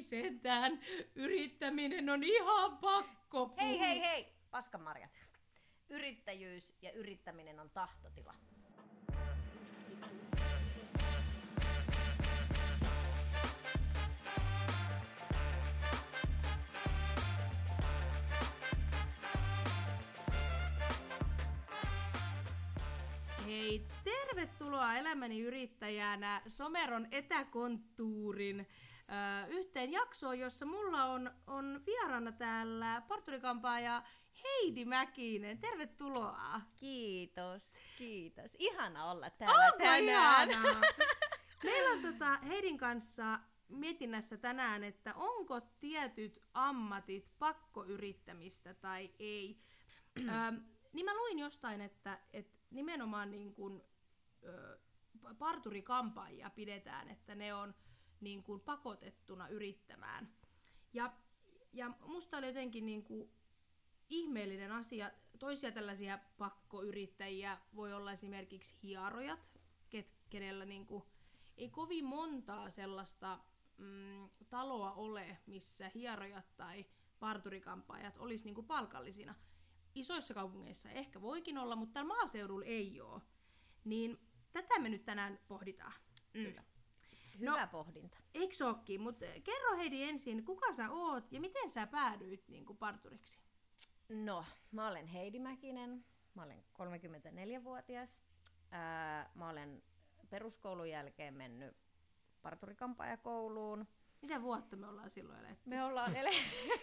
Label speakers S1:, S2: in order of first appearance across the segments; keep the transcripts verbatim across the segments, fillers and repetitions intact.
S1: sentään, yrittäminen on ihan pakko.
S2: Hei, hei, hei, paskamarjat. Yrittäjyys ja yrittäminen on tahtotila.
S1: Hei, tervetuloa Elämäni yrittäjänä Someron etäkonttuurin ö, yhteen jaksoon, jossa mulla on, on vieraana täällä parturikampaaja Heidi Mäkinen. Tervetuloa.
S2: Kiitos, kiitos. Ihana olla täällä
S1: Onko
S2: tänään.
S1: ihanaa? Meillä on tota Heidin kanssa mietinnässä tänään, että onko tietyt ammatit pakkoyrittämistä tai ei. Ö, niin mä luin jostain, että, että nimenomaan niin kuin, ö, parturikampaajia pidetään, että ne on niin kuin pakotettuna yrittämään. Ja, ja musta oli jotenkin niin kuin ihmeellinen asia. Toisia tällaisia pakkoyrittäjiä voi olla esimerkiksi hierojat, ket, kenellä niin kuin ei kovin montaa sellaista mm, taloa ole, missä hierojat tai parturikampaajat olisi niin kuin palkallisina. Isoissa kaupungeissa ehkä voikin olla, mutta täällä maaseudulla ei ole. Niin tätä me nyt tänään pohditaan. Mm.
S2: Kyllä. Hyvä no, pohdinta.
S1: Eikö ookin? Mutta kerro Heidi ensin, kuka sä oot ja miten sä päädyit niin kuin parturiksi?
S2: No, mä olen Heidi Mäkinen, mä olen kolmekymmentäneljävuotias. Ää, mä olen peruskoulun jälkeen mennyt parturikampaajakouluun.
S1: Mitä vuotta me ollaan silloin eletty?
S2: Me ollaan ele...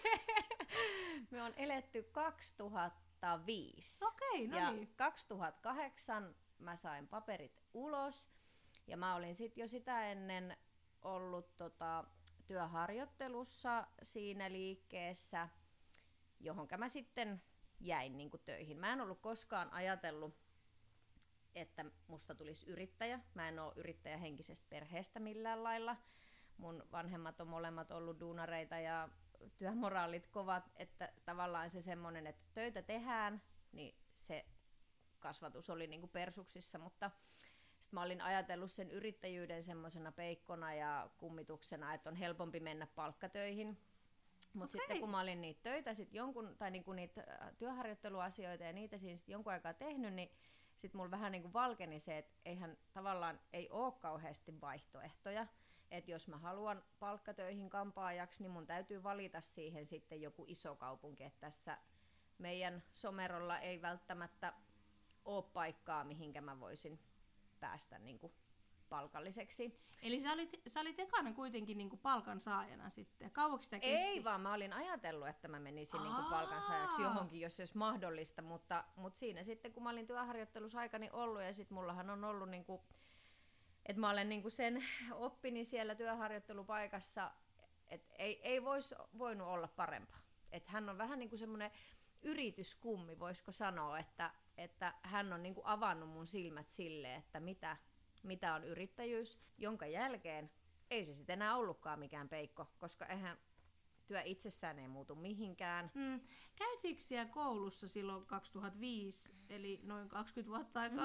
S2: Me on eletty kaksituhattaviisi.
S1: Okei, no
S2: ja
S1: niin.
S2: kaksituhattakahdeksan mä sain paperit ulos. Ja mä olin sit jo sitä ennen ollut tota, työharjoittelussa siinä liikkeessä, johonka mä sitten jäin niin kuin töihin. Mä en ollut koskaan ajatellut, että musta tulisi yrittäjä. Mä en ole yrittäjähenkisestä perheestä millään lailla. Mun vanhemmat on molemmat ollut duunareita ja työmoraalit kovat, että tavallaan se semmoinen, että töitä tehdään, niin se kasvatus oli niinku persuksissa, mutta sitten mä olin ajatellut sen yrittäjyyden semmoisena peikkona ja kummituksena, että on helpompi mennä palkkatöihin. Mutta sitten kun mä olin niitä töitä, sit jonkun, tai niinku niitä työharjoitteluasioita ja niitä siinä sit jonkun aikaa tehnyt, niin sitten mulla vähän niinku valkeni se, että eihän tavallaan ei ole kauheasti vaihtoehtoja. Että jos mä haluan palkkatöihin kampaajaksi, niin mun täytyy valita siihen sitten joku iso kaupunki. Että tässä meidän Somerolla ei välttämättä ole paikkaa, mihinkä mä voisin päästä niin kuin palkalliseksi.
S1: Eli sä olit, sä olit ekana kuitenkin niin kuin palkansaajana sitten. Kauaksi sitä kesti?
S2: Ei vaan, mä olin ajatellut, että mä menisin niin kuin palkansaajaksi johonkin, jos se olisi mahdollista. Mutta, mutta siinä sitten, kun mä olin työharjoittelusaikani ollut ja sitten mullahan on ollut niin kuin että mä olen niinku sen oppini siellä työharjoittelupaikassa, että ei, ei vois voinut olla parempaa. Että hän on vähän niinku semmoinen yrityskummi, voisiko sanoa, että, että hän on niinku avannut mun silmät sille, että mitä, mitä on yrittäjyys, jonka jälkeen ei se sitten enää ollutkaan mikään peikko, koska eihän työ itsessään ei muutu mihinkään.
S1: Hmm. Käytiinkö siellä koulussa silloin kaksituhattaviisi, eli noin kaksikymmentä vuotta aikaa?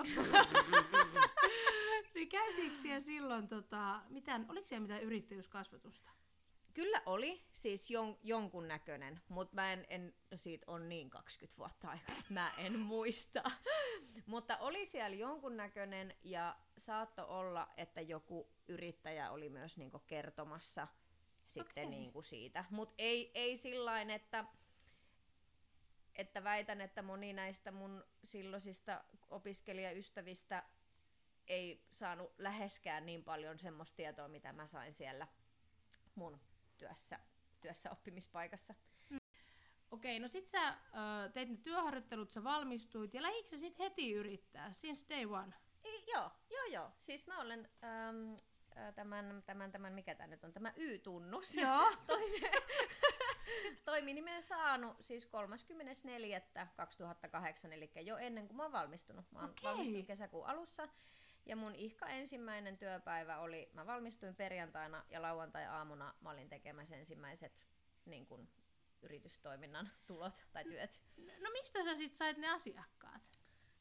S1: Niin käytiinkö siellä silloin, tota, mitään, oliko siellä mitään yrittäjyyskasvatusta?
S2: Kyllä oli, siis jon, jonkun näköinen, mutta mä en, en, no siitä on niin kaksikymmentä vuotta aikaa, että mä en muista. Mutta oli siellä jonkun näköinen ja saattoi olla, että joku yrittäjä oli myös niinku kertomassa sitten
S1: okay.
S2: niinku siitä. Mutta ei, ei sillain, että, että väitän, että moni näistä mun silloisista opiskelijaystävistä ei saanut läheskään niin paljon semmoista tietoa, mitä mä sain siellä mun työssä, työssä oppimispaikassa.
S1: Hmm. Okei, no sit sä ö, teit ne työharjoittelut, sä valmistuit ja lähdikö sä sit heti yrittää, since day one?
S2: I, joo, joo, joo. Siis mä olen äm, tämän, tämän, tämän, mikä tää nyt on, tämä Y-tunnus.
S1: Joo.
S2: Toimi, toiminimen saanut siis kolmaskymmenes neljäs kaksituhattakahdeksan, eli jo ennen kuin mä oon valmistunut. Mä oon
S1: okay.
S2: valmistunut kesäkuun alussa. Ja mun ihka ensimmäinen työpäivä oli, mä valmistuin perjantaina ja lauantai-aamuna mä olin tekemässä ensimmäiset niin kun, yritystoiminnan tulot tai työt.
S1: No mistä sä sit sait ne asiakkaat?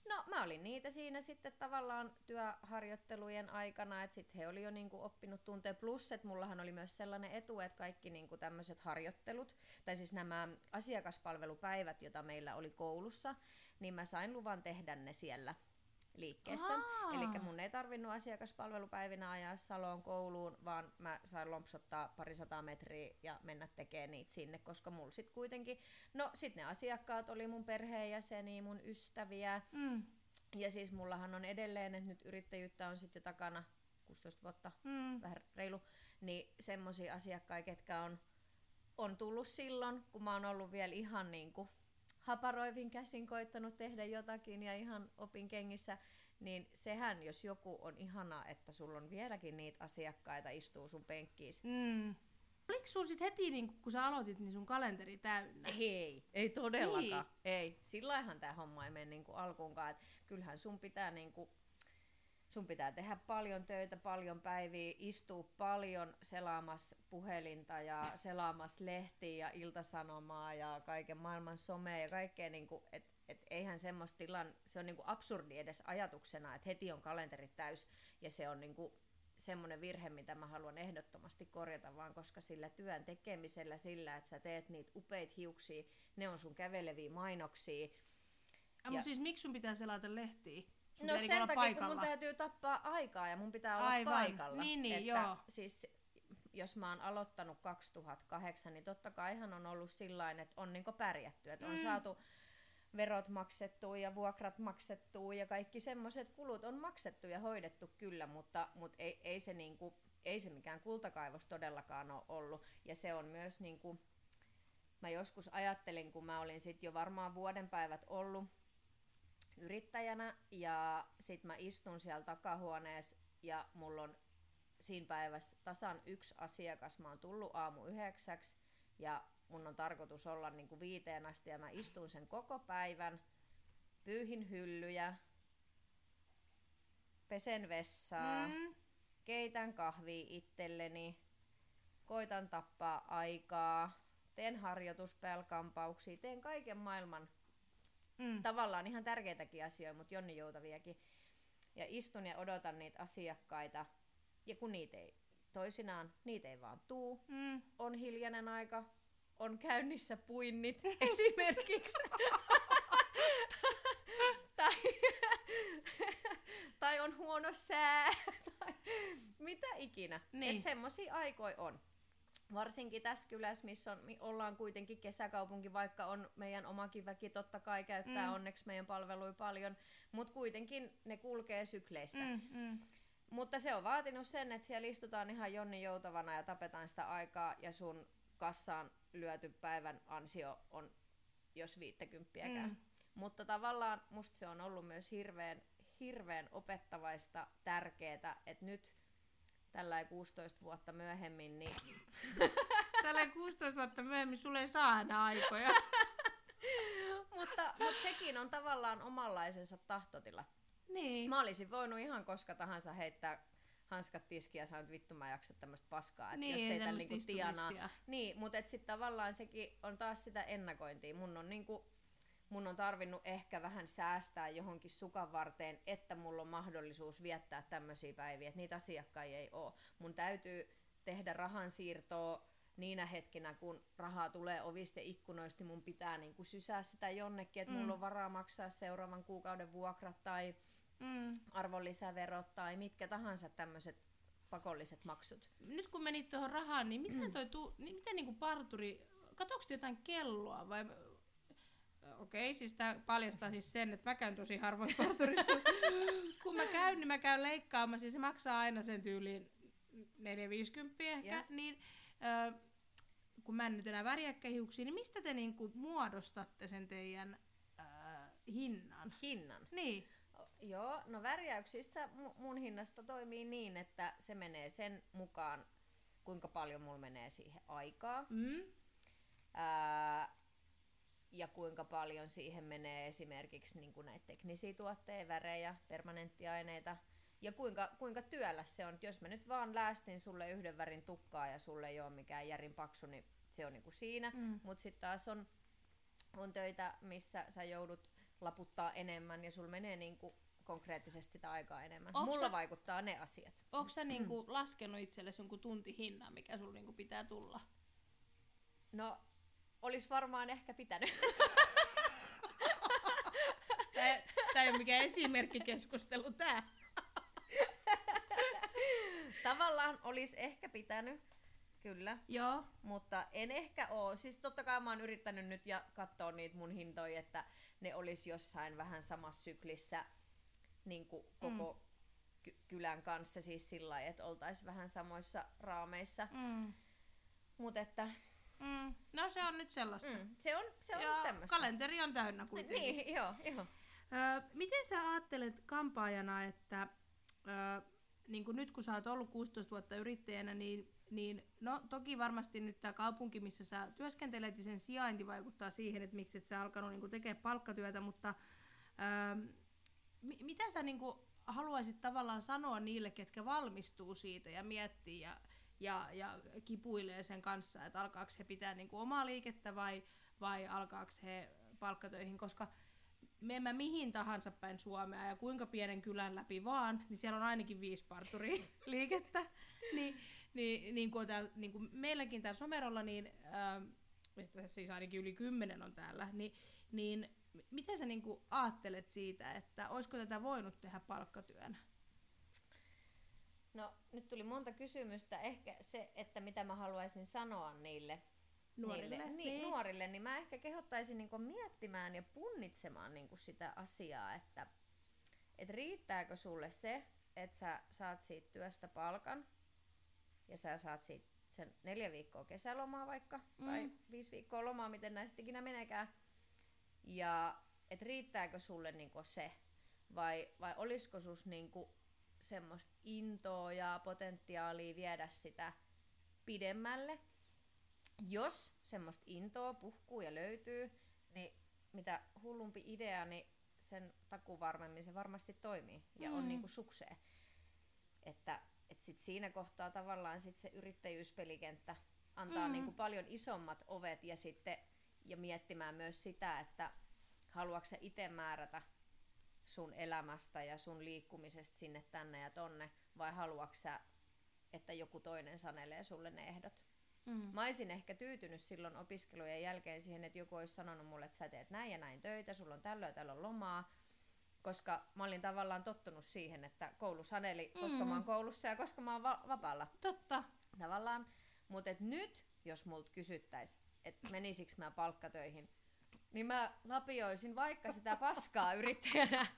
S2: No mä olin niitä siinä sitten tavallaan työharjoittelujen aikana, että sitten he oli jo niinku oppinut tuntea. Plus, että mullahan oli myös sellainen etu, että kaikki niinku tämmöiset harjoittelut, tai siis nämä asiakaspalvelupäivät, joita meillä oli koulussa, niin mä sain luvan tehdä ne siellä liikkeessä. Eli mun ei tarvinnut asiakaspalvelupäivinä ajaa Saloon kouluun, vaan mä sain lompsottaa parisataa metriä ja mennä tekemään niitä sinne, koska mulla sit kuitenkin, no sit ne asiakkaat oli mun perheenjäseniä, mun ystäviä, mm. ja siis mullahan on edelleen, että nyt yrittäjyyttä on sitten jo takana kuusitoista vuotta, mm. vähän reilu, niin semmosia asiakkaita, ketkä on, on tullut silloin, kun mä oon ollut vielä ihan niinku haparoivin käsin koittanut tehdä jotakin ja ihan opin kengissä, niin sehän, jos joku on ihanaa, että sulla on vieläkin niitä asiakkaita istuu sun penkkiis.
S1: Mm. Oliko sun sit heti, niin kun sä aloitit, niin sun kalenteri täynnä?
S2: Ei, ei todellakaan. Niin. Ei. Sillainhan tää homma ei mene niinku alkuunkaan. Et kyllähän sun pitää niinku, sun pitää tehdä paljon töitä, paljon päiviä, istua paljon selaamassa puhelinta ja selaamassa lehtiä ja iltasanomaa ja kaiken maailman somea ja kaikkea, niinku, että et eihän semmoista tilan, se on niinku absurdi edes ajatuksena, että heti on kalenteri täys ja se on niinku semmoinen virhe, mitä mä haluan ehdottomasti korjata, vaan koska sillä työn tekemisellä, sillä, että sä teet niitä upeita hiuksia, ne on sun käveleviä mainoksia.
S1: Ja, mutta siis miksi sun pitää selata lehtiä? Sun
S2: no sen takia, paikalla. Kun mun täytyy tappaa aikaa ja mun pitää olla
S1: Aivan.
S2: paikalla.
S1: Niin, niin,
S2: että
S1: joo.
S2: Siis, jos mä oon aloittanut kaksituhattakahdeksan, niin totta kaihan on ollut sillain, että on niinku pärjätty, että mm. on saatu verot maksettua ja vuokrat maksettua ja kaikki semmoiset kulut on maksettu ja hoidettu kyllä, mutta, mutta ei, ei, se niinku, ei se mikään kultakaivos todellakaan ole ollut. Ja se on myös, niinku, mä joskus ajattelin, kun mä olin sit jo varmaan vuoden päivät ollut yrittäjänä ja sit mä istun siellä takahuoneessa ja mulla on siinä päivässä tasan yksi asiakas, mä oon tullut aamu yhdeksäksi ja mun on tarkoitus olla niinku viiteen asti ja mä istun sen koko päivän, pyyhin hyllyjä, pesen vessaa, mm. keitän kahvia itselleni, koitan tappaa aikaa, teen harjoituspelkampauksia, teen kaiken maailman mm. tavallaan ihan tärkeitäkin asioita, mutta jonninjoutaviakin. Ja istun ja odotan niitä asiakkaita ja kun niitä ei toisinaan, niitä ei vaan tuu, mm. on hiljainen aika, on käynnissä puinnit esimerkiksi. tai, tai on huono sää. tai mitä ikinä. Niin. Että semmosia aikoja on. Varsinkin tässä kylässä, missä on, ollaan kuitenkin kesäkaupunki, vaikka on meidän omakin väki totta kai käyttää mm. onneksi meidän palveluja paljon, mutta kuitenkin ne kulkee sykleissä. Mm, mm. Mutta se on vaatinut sen, että siellä istutaan ihan jonni joutavana ja tapetaan sitä aikaa ja sun kassaan lyöty päivän ansio on jos viittäkymppiäkään. Mm. Mutta tavallaan musta se on ollut myös hirveän, hirveän opettavaista, tärkeetä, että nyt tällä kuusitoista vuotta myöhemmin, niin
S1: tällä kuusitoista vuotta myöhemmin sulle ei saa aina aikoja.
S2: mutta, mutta sekin on tavallaan omanlaisensa tahtotila.
S1: Niin.
S2: Mä olisin voinut ihan koska tahansa heittää hanskat tiskiä ja sanoa, vittu mä jaksa tämmöistä paskaa, että
S1: niin,
S2: jos ei tällä niinku tienaa. Niin, mutta sitten tavallaan sekin on taas sitä ennakointia. Mun on, niinku, mun on tarvinnut ehkä vähän säästää johonkin sukan varteen, että mulla on mahdollisuus viettää tämmöisiä päiviä, että niitä asiakkaita ei ole. Mun täytyy tehdä rahansiirtoa niinä hetkinä, kun rahaa tulee ovista ja ikkunoista, niin mun pitää niinku sysää sitä jonnekin, että mm. mulla on varaa maksaa seuraavan kuukauden vuokrat tai Mm. arvonlisäverot tai mitkä tahansa tämmöiset pakolliset maksut.
S1: Nyt kun menit tuohon rahaan, niin miten, toi tu, niin miten niinku parturi, katsoiko jotain kelloa vai? Okei, siis tää paljastaa siis sen, että mä käyn tosi harvoin parturissa. Kun mä käyn, niin mä käyn leikkaamassa, siis se maksaa aina sen tyyliin neljä viisikymmentä ehkä, yeah. niin äh, kun mä en nyt enää värjäkkä hiuksia, niin mistä te niinku muodostatte sen teidän äh, hinnan?
S2: Hinnan?
S1: Niin.
S2: Joo, no värjäyksissä mun hinnasta toimii niin, että se menee sen mukaan, kuinka paljon mulla menee siihen aikaa. Mm. Ää, ja kuinka paljon siihen menee esimerkiksi niin kuin näitä teknisiä tuotteita, värejä, permanenttiaineita. Ja kuinka, kuinka työläs se on. Et jos mä nyt vaan läästin sulle yhden värin tukkaa ja sulle ei ole mikään järin paksu, niin se on niin kuin siinä. Mm. Mutta sitten taas on, on töitä, missä sä joudut laputtaa enemmän ja sulla menee niinku konkreettisesti sitä aikaa enemmän.
S1: Onks
S2: Mulla
S1: sä,
S2: vaikuttaa ne asiat.
S1: Onko sä niinku laskenut itsellesi jonkun tuntihinnan, mikä sulla niinku pitää tulla?
S2: No, olis varmaan ehkä pitänyt.
S1: Tää ei ole mikään esimerkkikeskustelu tää.
S2: Tavallaan olis ehkä pitänyt, kyllä.
S1: Joo.
S2: Mutta en ehkä oo. Siis totta kai mä oon yrittänyt nyt ja katsoa niitä mun hintoja, että ne olis jossain vähän samassa syklissä niin kuin koko mm. ky- kylän kanssa. Siis sillä lailla, että oltais vähän samoissa raameissa. Mm. Mut että...
S1: Mm. No se on nyt sellaista.
S2: Mm. Se on, se on
S1: ja
S2: tämmöstä.
S1: Kalenteri on täynnä kuitenkin.
S2: Niin, joo, joo.
S1: Öö, miten sä ajattelet kampaajana, että öö, niin kun nyt kun sä oot ollut kuusitoista vuotta yrittäjänä, niin, niin no toki varmasti nyt tää kaupunki, missä sä työskentelet, ja sen sijainti vaikuttaa siihen, että miksi et sä alkanut niin kun tekemään palkkatyötä, mutta öö, mi- mitä sä niin kun haluaisit tavallaan sanoa niille, ketkä valmistuu siitä ja miettii ja, ja, ja kipuilee sen kanssa, että alkaako he pitää niin kun omaa liikettä vai, vai alkaako he palkkatöihin, koska mennä mihin tahansa päin Suomea ja kuinka pienen kylän läpi vaan, niin siellä on ainakin viisi parturi-liikettä. Ni, niin, niin kuin täällä, niin kuin meilläkin täällä Somerolla, niin äh, siis ainakin yli kymmenen on täällä, niin, niin miten sä niin kuin ajattelet siitä, että olisiko tätä voinut tehdä palkkatyönä?
S2: No nyt tuli monta kysymystä. Ehkä se, että mitä mä haluaisin sanoa niille
S1: Nuorille,
S2: niille,
S1: niin.
S2: Niin, nuorille, niin mä ehkä kehottaisin niinku miettimään ja punnitsemaan niinku sitä asiaa, että et riittääkö sulle se, että sä saat siitä työstä palkan ja sä saat siitä sen neljä viikkoa kesälomaa vaikka, mm. tai viisi viikkoa lomaa, miten näistä ikinä menekään, ja et riittääkö sulle niinku se, vai, vai olisiko sus niinku semmoista intoa ja potentiaalia viedä sitä pidemmälle. Jos semmoista intoa puhkuu ja löytyy, niin mitä hullumpi idea, niin sen takuun varmemmin se varmasti toimii ja mm. on niinku suksee. Että et sit siinä kohtaa tavallaan sit se yrittäjyyspelikenttä antaa mm. niinku paljon isommat ovet ja sitten ja miettimään myös sitä, että haluatko sä itse määrätä sun elämästä ja sun liikkumisesta sinne tänne ja tonne, vai haluatko sä, että joku toinen sanelee sulle ne ehdot. Mm. Mä olisin ehkä tyytynyt silloin opiskelujen jälkeen siihen, että joku olisi sanonut mulle, että sä teet näin ja näin töitä, sulla on tällöin tällöin lomaa, koska mä olin tavallaan tottunut siihen, että koulu saneli, koska mm. mä oon koulussa ja koska mä oon va- vapaalla.
S1: Totta.
S2: Tavallaan. Mutta nyt, jos multa kysyttäis, että menisikö mä palkkatöihin, niin mä lapioisin vaikka sitä paskaa yrittäjänä,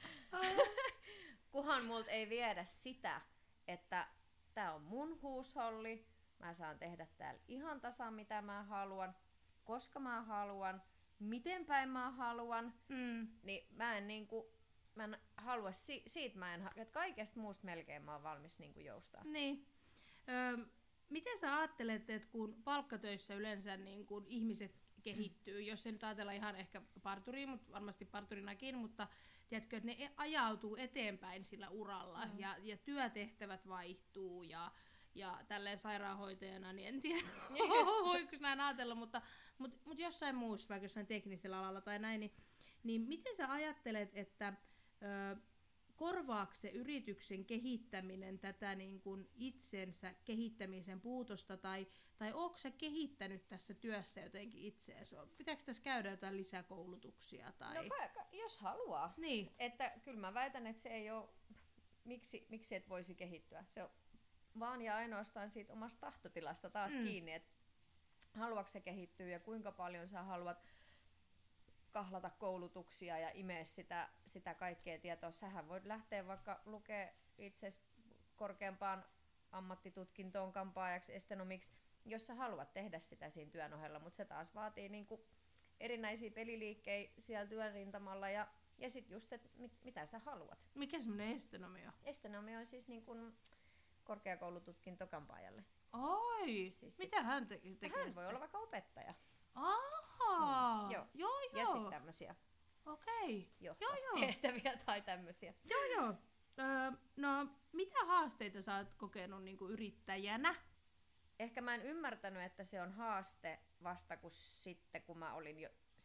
S2: kunhan multa ei viedä sitä, että tää on mun huusholli, mä saan tehdä täällä ihan tasan mitä mä haluan, koska mä haluan, miten päin mä haluan, mm. niin mä en niinku, mä en halua, si- siitä mä en, että kaikesta muusta melkein mä oon valmis niinku joustaa.
S1: Niin. Öö, miten sä ajattelet, että kun palkkatöissä yleensä niin kun ihmiset kehittyy, jos ei nyt ajatella ihan ehkä parturiin, mutta varmasti parturinakin, mutta tiedätkö, että ne ajautuu eteenpäin sillä uralla mm. ja, ja työtehtävät vaihtuu ja Ja tälleen sairaanhoitajana, niin en tiedä, voiko näin ajatella, mutta, mutta, mutta jossain muussa, vaikka jossain teknisellä alalla tai näin, niin, niin miten sä ajattelet, että ö, korvaako se yrityksen kehittäminen tätä niin kuin itsensä kehittämisen puutosta, tai, tai ootko sä kehittänyt tässä työssä jotenkin itseäsi? Pitääkö tässä käydä jotain lisäkoulutuksia? Tai...
S2: No jos haluaa.
S1: Niin.
S2: Että kyllä mä väitän, että se ei ole, miksi, miksi et voisi kehittyä. Se on vaan ja ainoastaan siitä omasta tahtotilasta taas mm. kiinni, että haluatko se kehittyä ja kuinka paljon sä haluat kahlata koulutuksia ja imeä sitä, sitä kaikkea tietoa. Sähän voit lähteä vaikka lukea itse korkeampaan ammattitutkintoon kampaajaksi, estenomiksi, jos sä haluat tehdä sitä siinä työn ohella, mutta se taas vaatii niinku erinäisiä peliliikkejä siellä työn rintamalla ja, ja sitten just, että mit, mitä sä haluat.
S1: Mikä semmoinen estenomi on?
S2: Estenomi on siis niin kuin korkeakoulututkinto kampaajalle.
S1: Oi,
S2: siis
S1: mitä hän te- tekee?
S2: Hän voi olla vaikka opettaja.
S1: Ahaa, mm, joo. joo joo.
S2: Ja sitten tämmöisiä.
S1: Okei,
S2: joo,
S1: joo.
S2: tehtäviä tai tämmöisiä.
S1: Joo joo. Öö, no, mitä haasteita sä oot kokenut niin kuin yrittäjänä?
S2: Ehkä mä en ymmärtänyt, että se on haaste vasta kun sitten, kun mä olin jo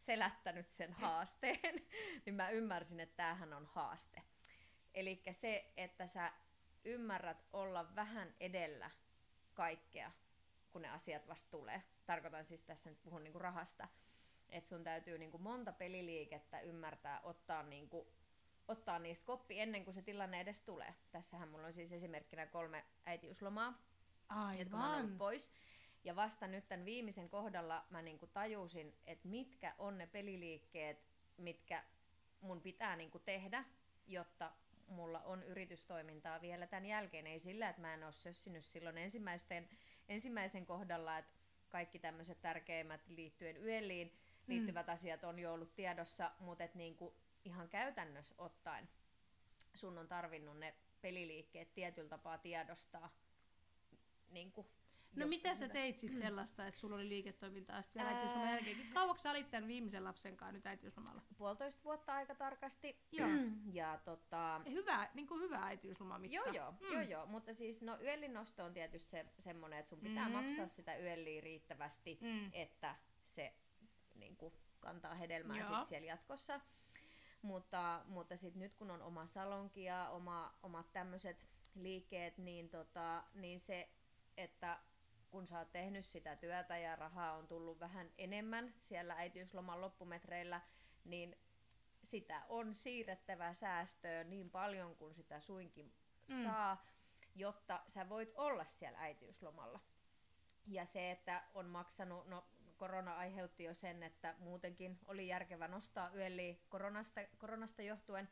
S2: selättänyt sen haasteen, niin mä ymmärsin, että tämähän on haaste. Eli se, että sä ymmärrät olla vähän edellä kaikkea, kun ne asiat vasta tulee. Tarkoitan siis tässä nyt puhun niinku rahasta. Että sun täytyy niinku monta peliliikettä ymmärtää, ottaa, niinku, ottaa niistä koppi ennen kuin se tilanne edes tulee. Tässähän mulla on siis esimerkkinä kolme äitiyslomaa,
S1: Aivan.
S2: jotka mä oon ollut pois. Ja vasta nyt tämän viimeisen kohdalla mä niinku tajusin, että mitkä on ne peliliikkeet, mitkä mun pitää niinku tehdä, jotta mulla on yritystoimintaa vielä tämän jälkeen. Ei sillä, että mä en ole sössinyt silloin ensimmäisten, ensimmäisen kohdalla, että kaikki tämmöiset tärkeimmät liittyen yöliin liittyvät mm. asiat on jo ollut tiedossa, mutta et niinku ihan käytännössä ottaen sun on tarvinnut ne peliliikkeet tietyllä tapaa tiedostaa. Niinku,
S1: no mitä sä teit sit sellaista, että sulla oli liiketoimintaa sitten vielä äitiysloman jälkeenkin? Kauaksi sä olit tämän viimeisen lapsen kanssa nyt äitiyslomalla?
S2: Puolitoista vuotta aika tarkasti.
S1: Joo.
S2: Ja tota...
S1: Hyvä, niin kuin hyvä äitiysloma mitta.
S2: Joo, joo,
S1: mm.
S2: joo, joo, mutta siis no yöllin nosto on tietysti se, semmoinen, että sun pitää mm. maksaa sitä yölliä riittävästi, mm. että se niin kuin, kantaa hedelmää sit siellä jatkossa. Mutta, mutta sitten nyt kun on oma salonki ja oma, omat tämmöiset liikkeet, niin, tota, niin se, että kun sä oot tehnyt sitä työtä ja rahaa on tullut vähän enemmän siellä äitiysloman loppumetreillä, niin sitä on siirrettävä säästöön niin paljon kuin sitä suinkin mm. saa, jotta sä voit olla siellä äitiyslomalla. Ja se, että on maksanut, no korona aiheutti jo sen, että muutenkin oli järkevä nostaa yölliä koronasta, koronasta johtuen,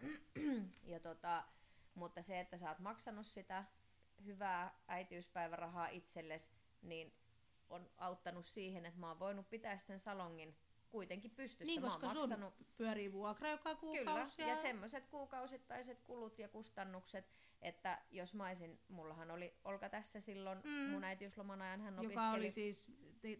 S2: ja tota, mutta se, että sä oot maksanut sitä hyvää äitiyspäivärahaa itsellesi, niin on auttanut siihen, että mä oon voinut pitää sen salongin kuitenkin pystyssä.
S1: Niin,
S2: mä
S1: koska
S2: oon maksanut...
S1: sun pyörii vuokra joka kuukausi.
S2: Kyllä, ja, ja semmoiset kuukausittaiset kulut ja kustannukset, että jos mä olisin, mullahan oli Olka tässä silloin, mm. mun äitiysloman ajan hän opiskeli...
S1: Joka oli siis... Te...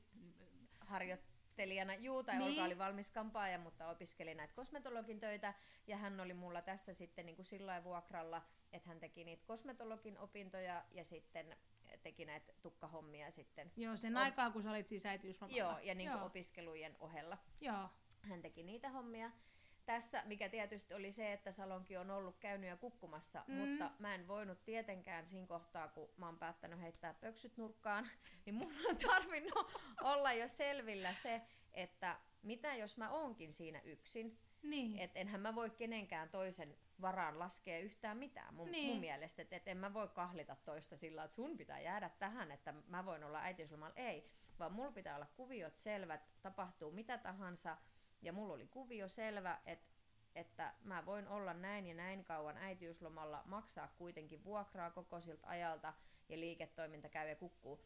S2: harjoittelijana, juu, tai niin. Olka oli valmis kampaaja, mutta opiskeli näitä kosmetologin töitä, ja hän oli mulla tässä sitten niin kuin sillain vuokralla, että hän teki niitä kosmetologin opintoja, ja sitten teki näitä tukkahommia sitten.
S1: Joo, sen on... aikaa, kun sä olit siis äitiyslomalla.
S2: Joo, ja niin kuin opiskelujen ohella.
S1: Joo.
S2: Hän teki niitä hommia. Tässä, mikä tietysti oli se, että salonki on ollut käynyt jo kukkumassa, mm. mutta mä en voinut tietenkään siinä kohtaa, kun mä oon päättänyt heittää pöksyt nurkkaan, niin mun on tarvinnut olla jo selvillä se, että mitä jos mä oonkin siinä yksin,
S1: niin.
S2: että enhän mä voi kenenkään toisen varaan laskea yhtään mitään mun, niin. mun mielestä, että et en mä voi kahlita toista sillä, että sun pitää jäädä tähän, että mä voin olla äitiyslomalla, ei, vaan mulla pitää olla kuviot selvät, tapahtuu mitä tahansa. Ja mulla oli kuvio selvä, että, että mä voin olla näin ja näin kauan äitiyslomalla, maksaa kuitenkin vuokraa koko siltä ajalta ja liiketoiminta käy ja kukkuu.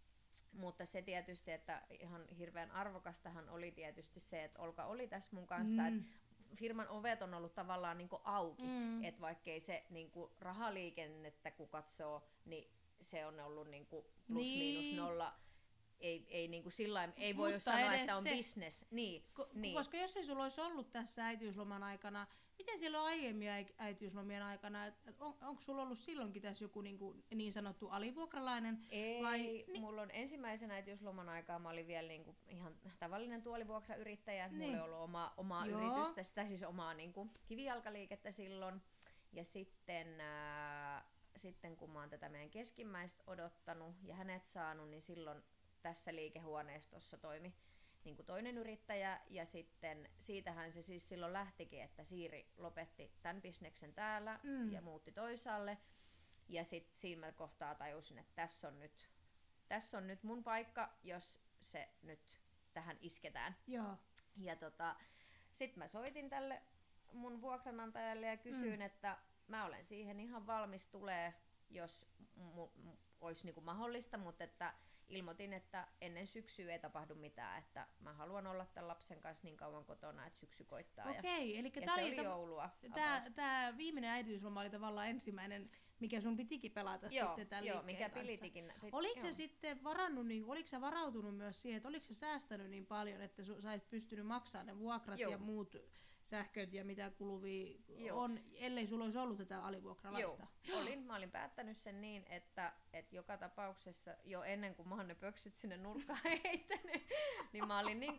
S2: Mutta se tietysti, että ihan hirveän arvokastahan oli tietysti se, että Olka oli tässä mun kanssa, mm. että firman ovet on ollut tavallaan niin kuin auki, mm. että vaikkei se niin kuin rahaliikennettä kun katsoo, niin se on ollut niin kuin plus miinus niin. nolla. Ei, ei, niin kuin sillain, ei voi sanoa, että on se, business. Niin,
S1: ko-
S2: niin.
S1: Koska jos ei sulla olisi ollut tässä äitiysloman aikana, miten siellä on aiemmin äitiyslomien aikana? On, onko sulla ollut silloinkin tässä joku niin, kuin, niin sanottu alivuokralainen?
S2: Ei,
S1: vai,
S2: niin? Mulla on ensimmäisen äitiysloman aikaa, mä olin vielä niin kuin ihan tavallinen tuolivuokrayrittäjä. Niin. Mulla ei ollut oma, omaa Joo. yritystä, sitä siis omaa niin kuin kivijalkaliikettä silloin. Ja sitten, äh, sitten kun mä oon tätä meidän keskimmäistä odottanut ja hänet saanut, niin silloin tässä liikehuoneistossa toimi niin kuin toinen yrittäjä, ja sitten siitähän se siis silloin lähtikin, että Siiri lopetti tämän bisneksen täällä mm. ja muutti toisaalle, ja sitten siinä kohtaa tajusin, että tässä on nyt, tässä on nyt mun paikka, jos se nyt tähän isketään.
S1: Joo.
S2: Ja tota, sitten mä soitin tälle mun vuokranantajalle ja kysyin, mm. että mä olen siihen ihan valmis tulee, jos mu- mu- olisi niinku mahdollista, mutta että ilmoitin, että ennen syksyä ei tapahdu mitään, että mä haluan olla tämän lapsen kanssa niin kauan kotona, että syksy koittaa.
S1: Okei,
S2: ja,
S1: eli
S2: ja
S1: tää
S2: se
S1: oli
S2: oli
S1: ta-
S2: joulua.
S1: Tää, tää viimeinen äitiysloma oli tavallaan ensimmäinen, mikä sun pitikin pelata
S2: joo,
S1: sitten tämän
S2: joo,
S1: liikkeen
S2: mikä
S1: kanssa.
S2: Pit,
S1: oliko
S2: joo.
S1: se sitten varannut, niin, oliko sä varautunut myös siihen, että oliko sä säästänyt niin paljon, että sä olisit pystynyt maksamaan ne vuokrat joo. ja muut sähköt ja mitä kuluvia Joo. on, ellei sulla olisi ollut tätä alivuokralaista.
S2: Joo, olin. Mä olin päättänyt sen niin, että, että joka tapauksessa jo ennen kuin mä oon ne pöksyt sinne nurkkaan heittänyt, niin mä olin niin kuin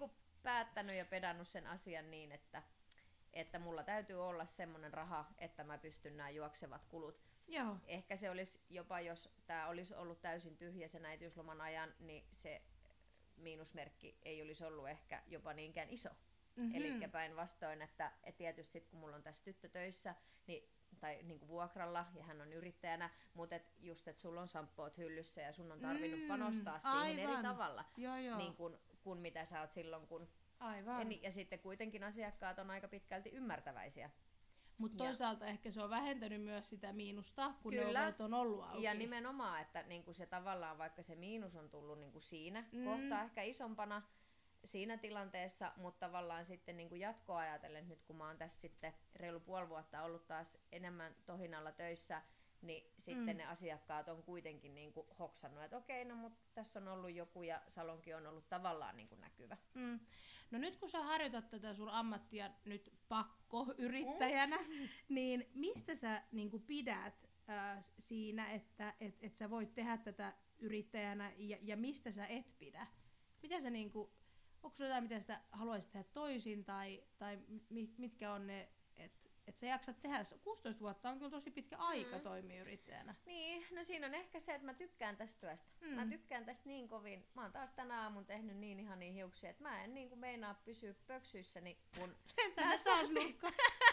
S2: päättänyt ja pedannut sen asian niin, että, että mulla täytyy olla semmoinen raha, että mä pystyn nämä juoksevat kulut.
S1: Joo.
S2: Ehkä se olisi jopa, jos tämä olisi ollut täysin tyhjä sen äitiysloman ajan, niin se miinusmerkki ei olisi ollut ehkä jopa niinkään iso. Mm-hmm. Eli päinvastoin, että, että tietysti sit, kun mulla on tässä tyttö töissä, niin, tai niin kuin vuokralla, ja hän on yrittäjänä, mutta et just, että sulla on samppoot hyllyssä ja sun on tarvinnut mm, panostaa siihen aivan. eri tavalla,
S1: joo, joo.
S2: Niin kuin, kuin mitä sä oot silloin, kun...
S1: Aivan.
S2: Ja, ja sitten kuitenkin asiakkaat on aika pitkälti ymmärtäväisiä.
S1: Mutta toisaalta ehkä se on vähentänyt myös sitä miinusta, kun
S2: Kyllä.
S1: ne on ollut auki.
S2: Ja nimenomaan, että niinku se tavallaan, vaikka se miinus on tullut niinku siinä mm. kohtaa ehkä isompana siinä tilanteessa, mutta tavallaan sitten niinku jatkoa ajatellen, nyt kun mä oon tässä sitten reilu puoli vuotta ollut taas enemmän tohinalla töissä, niin sitten mm. ne asiakkaat on kuitenkin niinku hoksannut, että okei, no mutta tässä on ollut joku ja salonki on ollut tavallaan niinku näkyvä.
S1: Mm. No nyt kun sä harjoitat tätä sun ammattia nyt pakkoyrittäjänä, mm. niin mistä sä niinku pidät äh, siinä, että et, et sä voit tehdä tätä yrittäjänä ja, ja mistä sä et pidä? Mitä sä niinku, onko jotain, mitä sä haluaisit tehdä toisin tai, tai mitkä on ne, että et sä jaksat tehdä, kuusitoista vuotta on kyllä tosi pitkä aika mm. toimia yrittäjänä.
S2: Niin, no siinä on ehkä se, että mä tykkään tästä työstä. Mm. Mä tykkään tästä niin kovin. Mä oon taas tänä aamun tehnyt niin ihania hiuksia, että mä en niin kuin meinaa pysyä pöksyissäni, kun...
S1: Lentää taas nurkkaan.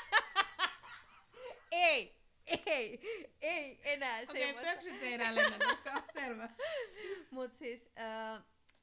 S2: Ei, ei, ei enää
S1: okay,
S2: semmoista.
S1: Okei, pöksyt ei enää lennä nurkkaan, selvä.
S2: Mut siis... Äh,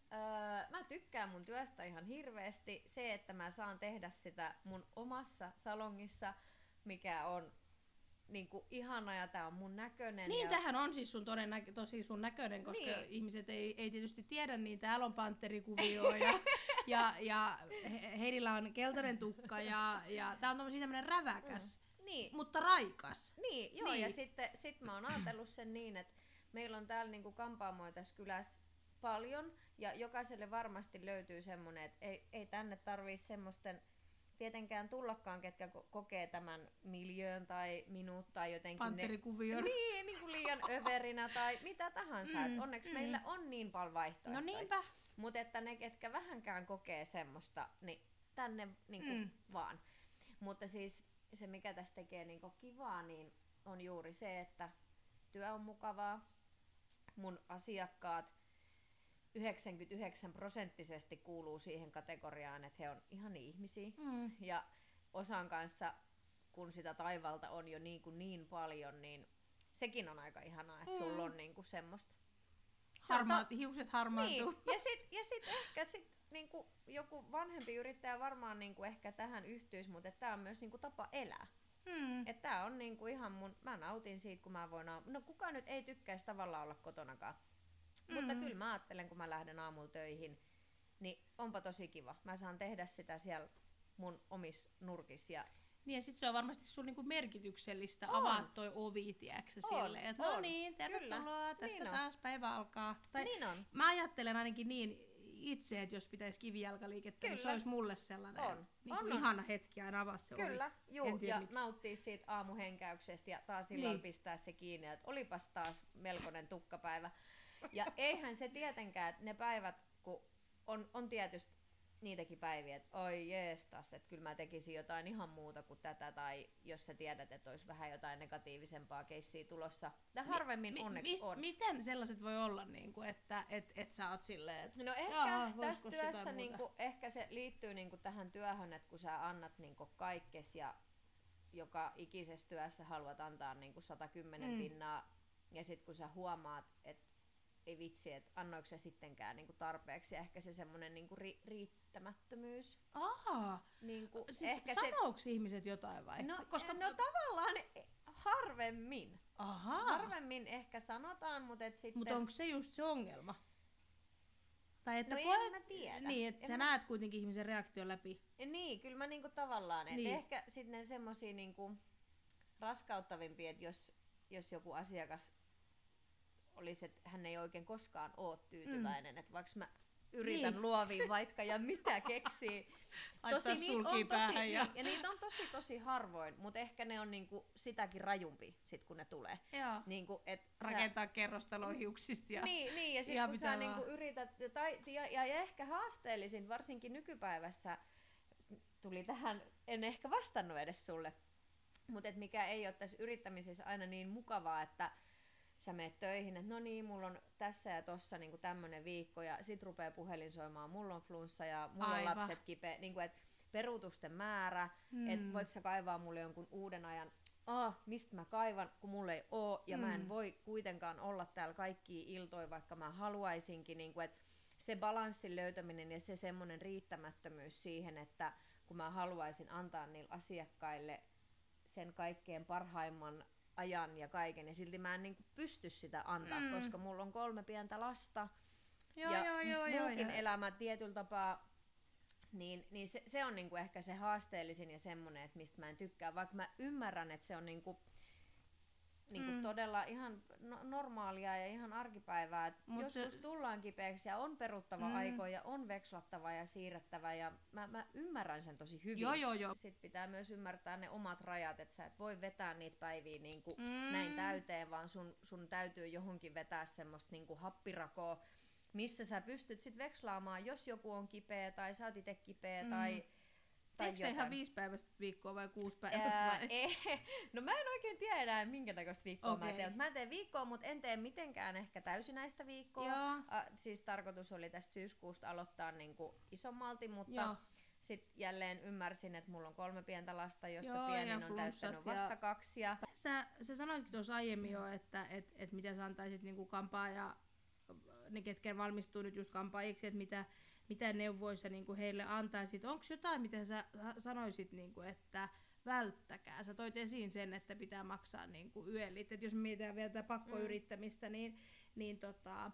S2: Öö, mä tykkään mun työstä ihan hirveästi. Se, että mä saan tehdä sitä mun omassa salongissa, mikä on niinku ihana ja tää on mun näköinen.
S1: Niin,
S2: ja...
S1: tämähän on siis sun todennä- tosi sun näköinen, koska niin. ihmiset ei, ei tietysti tiedä, niin täällä on pantterikuvio ja, ja, ja Heidillä on keltainen tukka ja, ja tää on tommosia tämmönen räväkäs, mm. niin. mutta raikas.
S2: Niin, joo, niin. Ja sitten sit mä oon ajatellut sen niin, että meillä on täällä niinku kampaamoja tässä kylässä paljon, ja jokaiselle varmasti löytyy semmoinen, että ei, ei tänne tarvii semmoisten tietenkään tullakaan, ketkä ko- kokee tämän miljöön tai minut tai jotenkin
S1: pantterikuvion.
S2: Ne, niin, niin kuin liian överinä tai mitä tahansa. Mm, Et onneksi mm. meillä on niin paljon vaihtoehtoja.
S1: No niinpä.
S2: Mutta että ne, ketkä vähänkään kokee semmoista, niin tänne niin kuin mm. vaan. Mutta siis se, mikä tästä tekee niin kuin kivaa, niin on juuri se, että työ on mukavaa. Mun asiakkaat yhdeksänkymmentäyhdeksän prosenttisesti kuuluu siihen kategoriaan, että he on ihan ihmisiä. Mm. Ja osan kanssa, kun sitä taivalta on jo niin, kuin niin paljon, niin sekin on aika ihanaa, että mm. sulla on niin kuin semmoista.
S1: Harmaat, ta- hiukset harmaantuu.
S2: Niin. Ja sitten ja sit ehkä sit, niin kuin joku vanhempi yrittäjä varmaan niin kuin ehkä tähän yhtyisi, mutta tämä on myös niin kuin tapa elää. Mm. Että tää on niin kuin ihan mun, mä nautin siitä, kun mä voin, no kukaan nyt ei tykkäisi tavallaan olla kotonakaan. Mm. Mutta kyllä mä ajattelen, kun mä lähden aamulla töihin, niin onpa tosi kiva. Mä saan tehdä sitä siellä mun omissa nurkissa. Ja...
S1: Niin ja sit se on varmasti sun niinku merkityksellistä on. Avaa toi ovi, tiiäksä, silleen, että no niin, tervetuloa, kyllä. Tästä niin taas päivä alkaa. Tai
S2: niin on.
S1: Mä ajattelen ainakin niin itse, että jos pitäisi kivijalkaliikettä, kyllä. niin se olisi mulle sellainen
S2: on.
S1: Niin kuin
S2: on,
S1: ihana hetki aina avaa se
S2: kyllä.
S1: ovi.
S2: Kyllä, ja miksi. Nauttii siitä aamuhenkäyksestä ja taas illalla niin. Pistää se kiinni, että olipas taas melkoinen tukkapäivä. Ja eihän se tietenkään, että ne päivät, kun on, on tietysti niitäkin päiviä, että oi jeestas, että kyllä mä tekisin jotain ihan muuta kuin tätä, tai jos sä tiedät, että olisi vähän jotain negatiivisempaa keissiä tulossa. Tämä harvemmin mi, onneksi mist, on.
S1: Miten sellaiset voi olla, niin kuin, että et, et sä oot silleen, että
S2: no ehkä jaa, tässä työssä niin kuin, ehkä se liittyy niin kuin tähän työhön, että kun sä annat niin kuin kaikkes ja joka ikisessä työssä haluat antaa niin kuin sata kymmenen mm. pinnaa, ja sitten kun sä huomaat, että ei vitsi, että annoiko se sittenkään niinku tarpeeksi. Ehkä se semmoinen niinku ri- riittämättömyys.
S1: Aa,
S2: niinku,
S1: siis ehkä sanooko se... ihmiset jotain vai?
S2: No, Koska... no tavallaan harvemmin.
S1: Aha.
S2: Harvemmin ehkä sanotaan, mutta et sitten...
S1: Mutta onko se just se ongelma? Tai että
S2: no
S1: koet...
S2: en mä tiedä.
S1: Niin, että sä
S2: mä...
S1: näet kuitenkin ihmisen reaktion läpi.
S2: Niin, kyllä mä niinku tavallaan.
S1: Niin.
S2: Et ehkä sitten semmosia niinku raskauttavimpia, että jos, jos joku asiakas olisi, että hän ei oikein koskaan ole tyytyväinen. Mm. Että vaikka mä yritän
S1: niin.
S2: luovia vaikka ja mitä keksii.
S1: Tosi
S2: niitä on
S1: sulkii päähän.
S2: tosi,
S1: Ja...
S2: Niin, ja niitä on tosi tosi harvoin, mutta ehkä ne on niinku sitäkin rajumpi sit kun ne tulee.
S1: Joo.
S2: Niinku, et
S1: Rakentaa
S2: sä...
S1: kerrostaloa hiuksista. Ja...
S2: Niin, niin, ja sitten kun sä niinku yrität, tai, ja, ja, ja ehkä haasteellisin, varsinkin nykypäivässä, tuli tähän, en ehkä vastannut edes sulle, mutta et mikä ei ole tässä yrittämisessä aina niin mukavaa, että sä meet töihin, että no niin, mulla on tässä ja tossa niinku tämmönen viikko, ja sit rupeaa puhelin soimaan, mulla on flunssa ja mulla
S1: Aivan.
S2: on lapset kipeä, niinku et peruutusten määrä, mm. että voit sä kaivaa mulle jonkun uuden ajan, ah, mistä mä kaivan, kun mulla ei oo, ja mm. mä en voi kuitenkaan olla täällä kaikkia iltoja, vaikka mä haluaisinkin, niinku et se balanssin löytäminen ja se semmoinen riittämättömyys siihen, että kun mä haluaisin antaa niille asiakkaille sen kaikkein parhaimman ajan ja kaiken, ja silti mä en niin kuin pysty sitä antaa, mm. koska mulla on kolme pientä lasta,
S1: joo,
S2: ja
S1: joo, joo,
S2: muukin
S1: joo,
S2: elämä tietyllä tapaa, niin, niin se, se on niin kuin ehkä se haasteellisin ja semmoinen, että mistä mä en tykkää, vaikka mä ymmärrän, että se on niin kuin, niin kuin mm. todella ihan no, normaalia ja ihan arkipäivää, että joskus se... tullaan kipeäksi ja on peruttava mm. aikoja, ja on vekslattava ja siirrettävä, ja mä, mä ymmärrän sen tosi hyvin.
S1: Joo, joo, joo.
S2: Sitten pitää myös ymmärtää ne omat rajat, että sä et voi vetää niitä päiviä niin kuin
S1: mm.
S2: näin täyteen, vaan sun, sun täytyy johonkin vetää semmoista niin kuin happirakoa, missä sä pystyt sit vekslaamaan, jos joku on kipeä tai sä oot itse kipeä mm. tai
S1: Eikö se ihan viisi päivästä viikkoa vai kuusi päivästä?
S2: Ää,
S1: vai?
S2: Ei. No mä en oikein tiedä enää minkä näköistä viikkoa
S1: okay.
S2: mä teen. Mä teen viikkoa, mutta en tee mitenkään ehkä täysinäistä viikkoa. A, siis tarkoitus oli tästä syyskuusta aloittaa niinku isommalti, mutta sitten jälleen ymmärsin, että mulla on kolme pientä lasta, josta Joo, pienin on täyttänyt vasta ja... kaksi. Ja...
S1: Sä, sä sanoitkin tuossa aiemmin jo, että et, et mitä sä antaisit niinku kampaa ja ne, ketkä valmistuu nyt just kampaajiksi, että mitä mitä neuvoja sä niinku heille antaisit? Onko jotain, mitä sä sanoisit, niinku, että välttäkää? Sä toit esiin sen, että pitää maksaa niinku yölit. Et jos mietitään vielä tätä pakkoyrittämistä, mm. niin, niin tota,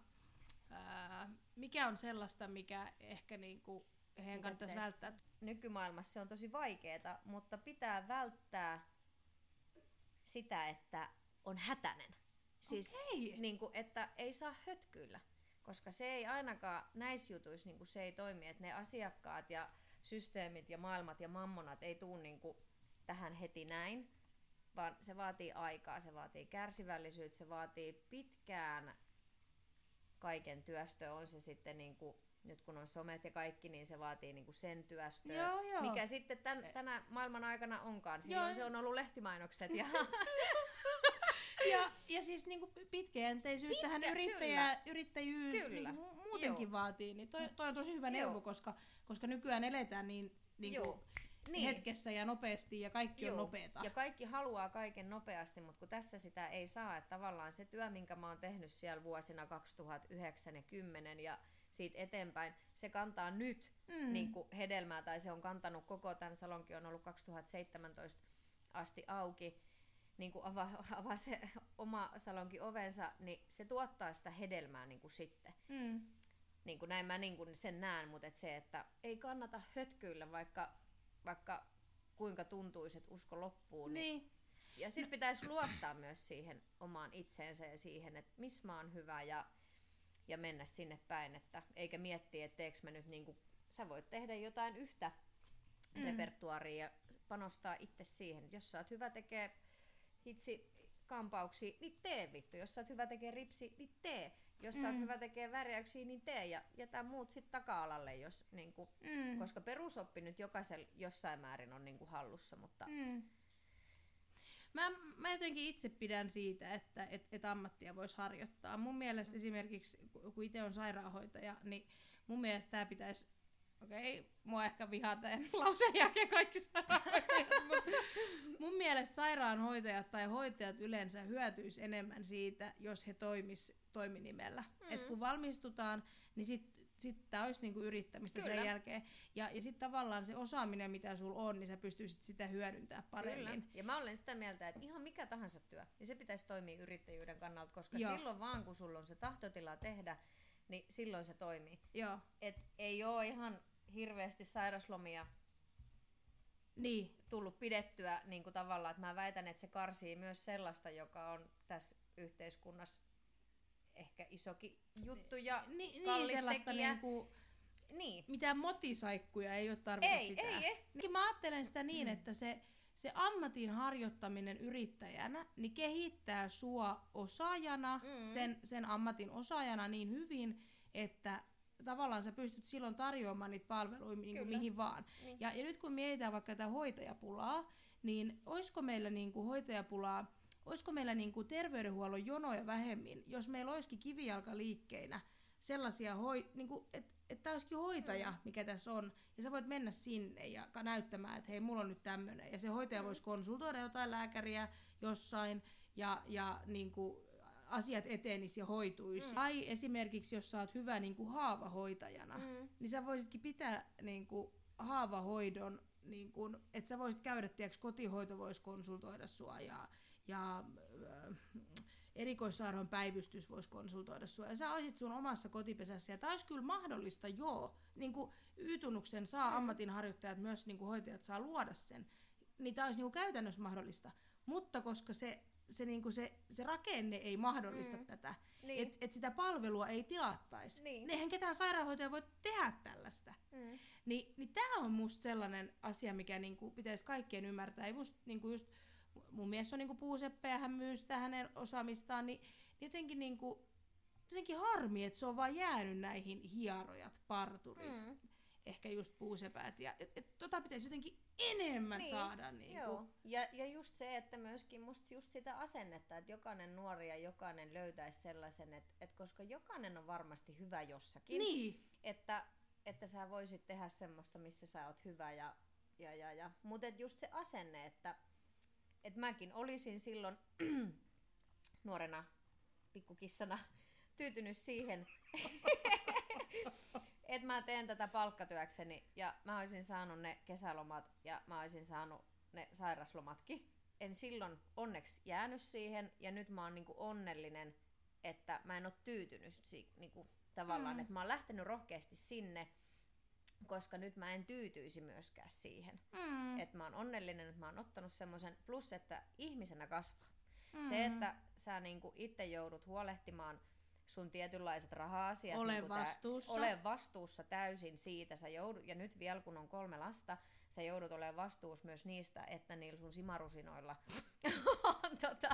S1: ää, mikä on sellaista, mikä ehkä niinku heidän kannattaisi välttää?
S2: Nykymaailmassa se on tosi vaikeaa, mutta pitää välttää sitä, että on hätäinen. Siis,
S1: okay.
S2: niinku, että ei saa hötkyillä. Koska se ei ainakaan näissä jutuissa niin se ei toimi, että ne asiakkaat ja systeemit ja maailmat ja mammonat ei tule niin tähän heti näin, vaan se vaatii aikaa, se vaatii kärsivällisyyttä, se vaatii pitkään kaiken työstöä, on se sitten niin kuin, nyt kun on somet ja kaikki, niin se vaatii niin sen työstöä,
S1: joo, joo.
S2: mikä sitten tän, tänä maailman aikana onkaan. Silloin joo. se on ollut lehtimainokset ja...
S1: Ja, ja siis niinku pitkäjänteisyyttähän
S2: Pitkä,
S1: yrittäjä, yrittäjyys
S2: kyllä.
S1: Niinku muutenkin Joo. vaatii, niin toi, toi on tosi hyvä neuvo,
S2: Joo.
S1: koska, koska nykyään eletään niin, niinku niin. hetkessä ja nopeasti ja kaikki Joo. on nopeeta.
S2: Ja kaikki haluaa kaiken nopeasti, mutta kun tässä sitä ei saa, että tavallaan se työ, minkä mä oon tehnyt siellä vuosina kaksituhattayhdeksän ja kymmenen ja siitä eteenpäin, se kantaa nyt mm. niin kuin hedelmää, tai se on kantanut koko tämän salonkin, on ollut kaksituhattaseitsemäntoista asti auki, niin kuin avaa, avaa se oma salonkin ovensa, niin se tuottaa sitä hedelmää niin kuin sitten.
S1: Mm.
S2: Niin kuin näin mä niin kuin sen näen, mutta et se, että ei kannata hötkyillä, vaikka, vaikka kuinka tuntuisi, että usko loppuu. Niin.
S1: Niin.
S2: Ja sitten pitäisi luottaa myös siihen omaan itseensä ja siihen, että missä mä oon hyvä ja, ja mennä sinne päin. Että, eikä miettiä, että teekö mä nyt niin kuin, sä voit tehdä jotain yhtä mm. repertuaaria ja panostaa itse siihen. Jos sä oot hyvä tekee hitsi kampauksia, niin tee vittu. Jos sä oot hyvä tekee ripsi, niin tee. Jos mm. sä oot hyvä tekee värjäyksiä, niin tee. Ja jätä muut sit taka-alalle, jos, niinku, mm. koska perusoppi nyt jokaisella jossain määrin on niinku hallussa. Mutta...
S1: Mm. Mä, mä jotenkin itse pidän siitä, että et, et ammattia voisi harjoittaa. Mun mielestä mm. esimerkiksi, kun itse on sairaanhoitaja, niin mun mielestä tää pitäisi, okei, okay, mua ehkä vihaa tämän lauseen jälkeen kaikki sairaanhoitajat, mutta mun mielestä sairaanhoitajat tai hoitajat yleensä hyötyis enemmän siitä, jos he toimis toiminimellä. Mm. Et kun valmistutaan, niin sit sitten tämä olisi niinku yrittämistä Kyllä. sen jälkeen. Ja, ja sitten tavallaan se osaaminen, mitä sulla on, niin sä pystyisit sitä hyödyntämään paremmin.
S2: Kyllä. Ja mä olen sitä mieltä, että ihan mikä tahansa työ, niin se pitäisi toimia yrittäjyyden kannalta, koska
S1: Joo.
S2: silloin vaan, kun sulla on se tahtotila tehdä, niin silloin se toimii.
S1: Joo.
S2: Et ei ole ihan hirveästi sairaslomia
S1: niin.
S2: tullut pidettyä niin kuin tavallaan, että mä väitän, että se karsii myös sellaista, joka on tässä yhteiskunnassa ehkä isokin juttu ja
S1: Ni,
S2: kallis
S1: niin, sellaista
S2: tekijä.
S1: niinku
S2: niin.
S1: mitään motisaikkuja ei ole tarvinnut
S2: Ei,
S1: pitää.
S2: ei, ei.
S1: Niin mä ajattelen sitä niin,
S2: Mm.
S1: että se, se ammatin harjoittaminen yrittäjänä niin kehittää sua osaajana,
S2: Mm.
S1: sen, sen ammatin osaajana niin hyvin, että tavallaan sä pystyt silloin tarjoamaan niitä palveluja niin kuin mihin vaan.
S2: Niin.
S1: Ja, ja nyt kun mietitään vaikka tätä hoitajapulaa, niin olisiko meillä niin kuin hoitajapulaa, olisiko meillä niin kuin terveydenhuollon jonoja vähemmin, jos meillä olisikin kivijalkaliikkeinä sellaisia, hoi, niin kuin, että et tämä olisikin hoitaja,
S2: Mm.
S1: mikä tässä on, ja sä voit mennä sinne ja ka- näyttämään, että hei, mulla on nyt tämmöinen, ja se hoitaja
S2: Mm.
S1: voisi konsultoida jotain lääkäriä jossain, ja, ja niin kuin, asiat etenis ja hoituisi.
S2: Mm.
S1: Tai esimerkiksi, jos sä oot hyvä niin kuin haavahoitajana,
S2: Mm.
S1: niin sä voisitkin pitää niin kuin, haavahoidon, niin kuin, että sä voisit käydä, tiiäks, kotihoito voisi konsultoida sua, ja, ja äh, erikoissairaanhoidon päivystys voisi konsultoida sua, ja sä olisit sun omassa kotipesässä, ja tämä olisi kyllä mahdollista, joo. Niin kuin Y-tunnuksen saa
S2: Mm.
S1: ammatinharjoittajat, myös niin kuin hoitajat saa luoda sen, niin tämä olisi niin kuin käytännössä mahdollista. Mutta koska se, se, niin kuin se, se rakenne ei mahdollista
S2: Mm.
S1: tätä,
S2: Niin.
S1: että et sitä palvelua ei tilattaisi,
S2: Niin.
S1: eihän ketään sairaanhoitaja voi tehdä tällaista.
S2: Mm.
S1: Ni, niin tämä on musta sellainen asia, mikä niinku pitäisi kaikkien ymmärtää. Ei musta, niinku just, mun mies on niinku puuseppä ja hän myy sitä hänen osaamistaan, niin jotenkin, niinku, jotenkin harmi, että se on vaan jäänyt näihin hierojat, parturit,
S2: Mm.
S1: ehkä just puusepäät. Ja, et, et, tota pitäisi jotenkin enemmän
S2: Niin,
S1: saada. Niinku.
S2: Joo. Ja, ja just se, että myöskin musta just sitä asennetta, että jokainen nuori ja jokainen löytäisi sellaisen, että, että koska jokainen on varmasti hyvä jossakin,
S1: Niin.
S2: että, että sä voisit tehdä semmoista, missä sä oot hyvä. Ja, ja, ja, ja. Mutta just se asenne, että, että mäkin olisin silloin nuorena pikkukissana tyytynyt siihen, että mä teen tätä palkkatyökseni ja mä olisin saanut ne kesälomat ja mä olisin saanut ne sairaslomatkin. En silloin onneksi jäänyt siihen ja nyt mä oon niinku onnellinen, että mä en oo tyytynyt si- niinku, tavallaan,
S1: Mm.
S2: että mä oon lähtenyt rohkeasti sinne, koska nyt mä en tyytyisi myöskään siihen.
S1: Mm.
S2: Että mä oon onnellinen, että mä oon ottanut semmoisen, plus että ihmisenä kasvaa.
S1: Mm.
S2: Se, että sä niinku itse joudut huolehtimaan sun tietynlaiset raha-asiat.
S1: Ole
S2: niinku
S1: vastuussa.
S2: Ole vastuussa täysin siitä. Sä joudut, ja nyt vielä kun on kolme lasta, sä joudut olemaan vastuussa myös niistä, että niillä sun simarusinoilla on, tota,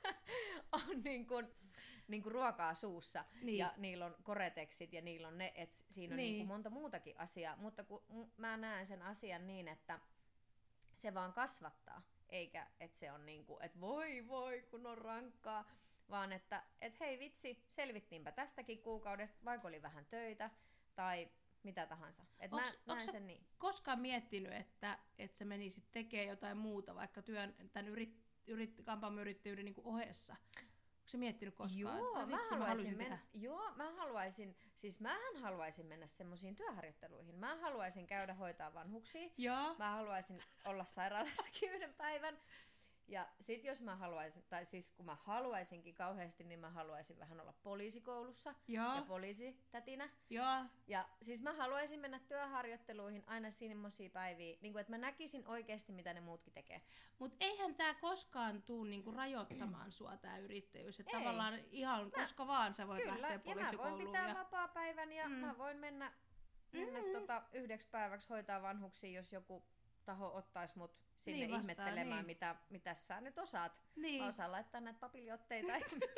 S2: on niin kuin, niin kuin ruokaa suussa.
S1: Niin.
S2: Ja niillä on koreteksit ja niillä on ne, että siinä on
S1: Niin.
S2: niin kuin monta muutakin asiaa. Mutta kun mä näen sen asian niin, että se vaan kasvattaa. Eikä, että se on niinku, että voi voi, kun on rankkaa, vaan että et hei vitsi, selvittiinpä tästäkin kuukaudesta, vaikka oli vähän töitä tai mitä tahansa. Et mä
S1: Onks-
S2: näen
S1: onks sä
S2: sen niin.
S1: koskaan miettinyt, että, että sä menisit tekemään jotain muuta, vaikka työn, tämän yrit, yrit, kampaamyrittäjyyden niin ohessa? Onko sä miettinyt koskaan?
S2: Joo,
S1: että,
S2: mä,
S1: vitsi,
S2: haluaisin mennä,
S1: tehdä?
S2: joo, mä haluaisin, siis mähän haluaisin mennä semmoisiin työharjoitteluihin. Mä haluaisin käydä hoitaa vanhuksia.
S1: Joo.
S2: Mä haluaisin olla sairaalassakin yhden päivän. Ja sit jos mä haluaisin, tai siis kun mä haluaisinkin kauheasti, niin mä haluaisin vähän olla poliisikoulussa
S1: Joo.
S2: ja poliisitätinä.
S1: Joo.
S2: Ja siis mä haluaisin mennä työharjoitteluihin aina semmosia päiviä, niin kuin, että mä näkisin oikeasti, mitä ne muutkin tekee.
S1: Mut eihän tää koskaan tuu niinku rajoittamaan sua tää yrittäjyys. Että
S2: Ei.
S1: tavallaan ihan
S2: Mä-
S1: koska vaan sä voit
S2: Kyllä,
S1: lähteä
S2: ja mä voin
S1: poliisikouluun.
S2: pitää
S1: Ja...
S2: vapaa-päivän ja
S1: Mm.
S2: mä voin mennä, mennä
S1: Mm.
S2: tota yhdeksi päiväksi hoitaa vanhuksia, jos joku taho ottaisi mut sinne
S1: Niin vastaan,
S2: ihmettelemään,
S1: niin.
S2: mitä, mitä sä nyt osaat.
S1: Niin.
S2: Mä osaan laittaa näitä papiljootteita.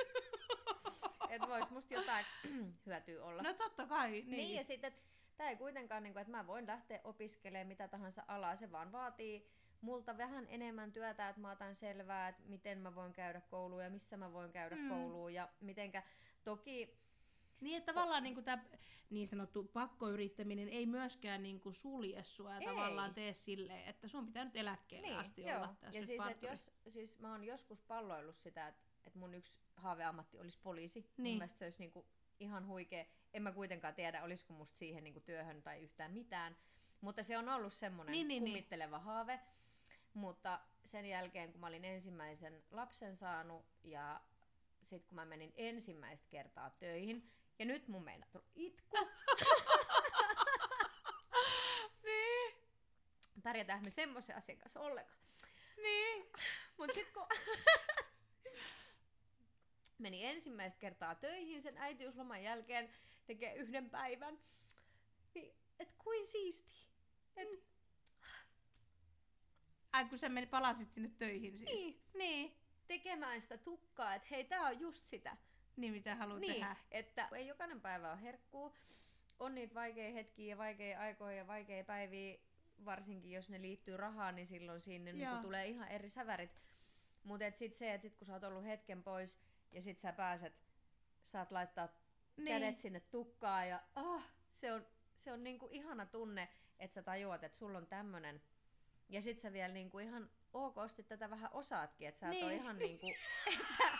S2: Että vois musta jotain hyötyä olla.
S1: No totta kai. Niin,
S2: Niin, ja sitten, että tämä ei kuitenkaan, niin kuin, että mä voin lähteä opiskelemaan mitä tahansa alaa, se vaan vaatii multa vähän enemmän työtä, että mä otan selvää, että miten mä voin käydä kouluun ja missä mä voin käydä
S1: Mm.
S2: kouluun ja mitenkä, toki,
S1: Niin, että tavallaan niin tämä niin sanottu pakkoyrittäminen ei myöskään niin kuin sulje sua ja
S2: Ei.
S1: tavallaan tee silleen, että sun pitää nyt eläkkeelle
S2: niin,
S1: asti
S2: joo.
S1: olla tässä
S2: Ja
S1: nyt
S2: siis, että
S1: parturi.
S2: jos, siis mä oon joskus palloillut sitä, että, että mun yksi haaveammatti olisi poliisi,
S1: Niin.
S2: mun mielestä se olisi niin kuin ihan huikea, en mä kuitenkaan tiedä, olisiko musta siihen niin kuin työhön tai yhtään mitään, mutta se on ollut semmoinen
S1: Niin, niin, niin.
S2: kummitteleva haave. Mutta sen jälkeen, kun mä olin ensimmäisen lapsen saanut ja sitten kun mä menin ensimmäistä kertaa töihin, ja nyt mun meinaa tulla itku.
S1: Niin,
S2: Pärjätään me semmoisen asian kanssa ollenkaan.
S1: niin.
S2: Mut sit kun meni ensimmäistä kertaa töihin sen äitiysloman jälkeen, tekee yhden päivän, niin et kuin siistiä. Et,
S1: Ai kun sä meni, palasit sinne töihin siis.
S2: Niin.
S1: Niin.
S2: Tekemään sitä tukkaa, että hei, tää on just sitä.
S1: Niin mitä haluat
S2: Niin,
S1: tehdä.
S2: että ei jokainen päivä ole herkkuu. On niitä vaikeita hetkiä ja vaikeita aikoja ja vaikeita päiviä, varsinkin jos ne liittyy rahaan, niin silloin sinne niin tulee ihan eri sävärit. Mutta sit se, että sit kun sä oot ollut hetken pois ja sit sä pääset, saat laittaa niin. kädet sinne tukkaan ja oh, se on, se on niinku ihana tunne, että sä tajuat, että sulla on tämmönen. Ja sit sä vielä niinku ihan okosti tätä vähän osaatkin, että sä niin. et ole ihan niinku, että sä,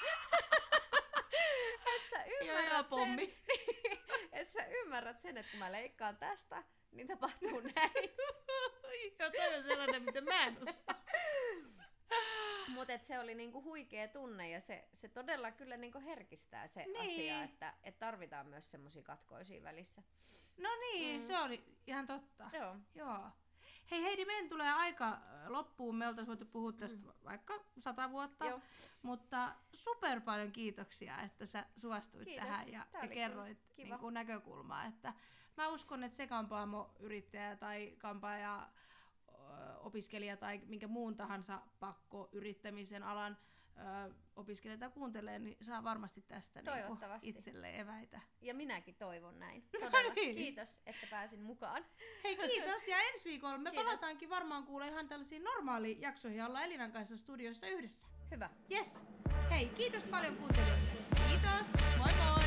S2: et sä ymmärrät sen, että sä ymmärrät sen, että kun mä leikkaan tästä, niin tapahtuu näin.
S1: Joo, toi on sellainen, mitä mä en osaa.
S2: Mutta se oli niinku huikea tunne ja se, se todella kyllä niinku herkistää se
S1: niin.
S2: asia, että et tarvitaan myös semmosia katkoisia välissä.
S1: No niin, mm. se oli ihan totta.
S2: Joo.
S1: Joo. Hei Heidi, meidän tulee aika loppuun. Me oltaisiin voitu puhua tästä mm. vaikka sata vuotta. Joo. Mutta super paljon kiitoksia, että sä suostuit Kiitos. tähän ja, ja kerroit niin kuin näkökulmaa. Että mä uskon, että se kampaamoyrittäjä tai kampaaja opiskelija tai minkä muun tahansa pakkoyrittämisen alan ö, opiskelijoita kuuntelee, niin saa varmasti tästä niinku itselleen eväitä.
S2: Ja minäkin toivon näin. Todella.
S1: niin.
S2: Kiitos, että pääsin mukaan.
S1: Hei kiitos, ja ensi viikolla me kiitos. palataankin varmaan kuule ihan tällaisiin normaaliin jaksoihin ja ollaan Elinan kanssa studiossa yhdessä.
S2: Hyvä.
S1: Yes. Hei, kiitos paljon kuuntelijoille. Kiitos. Moi moi.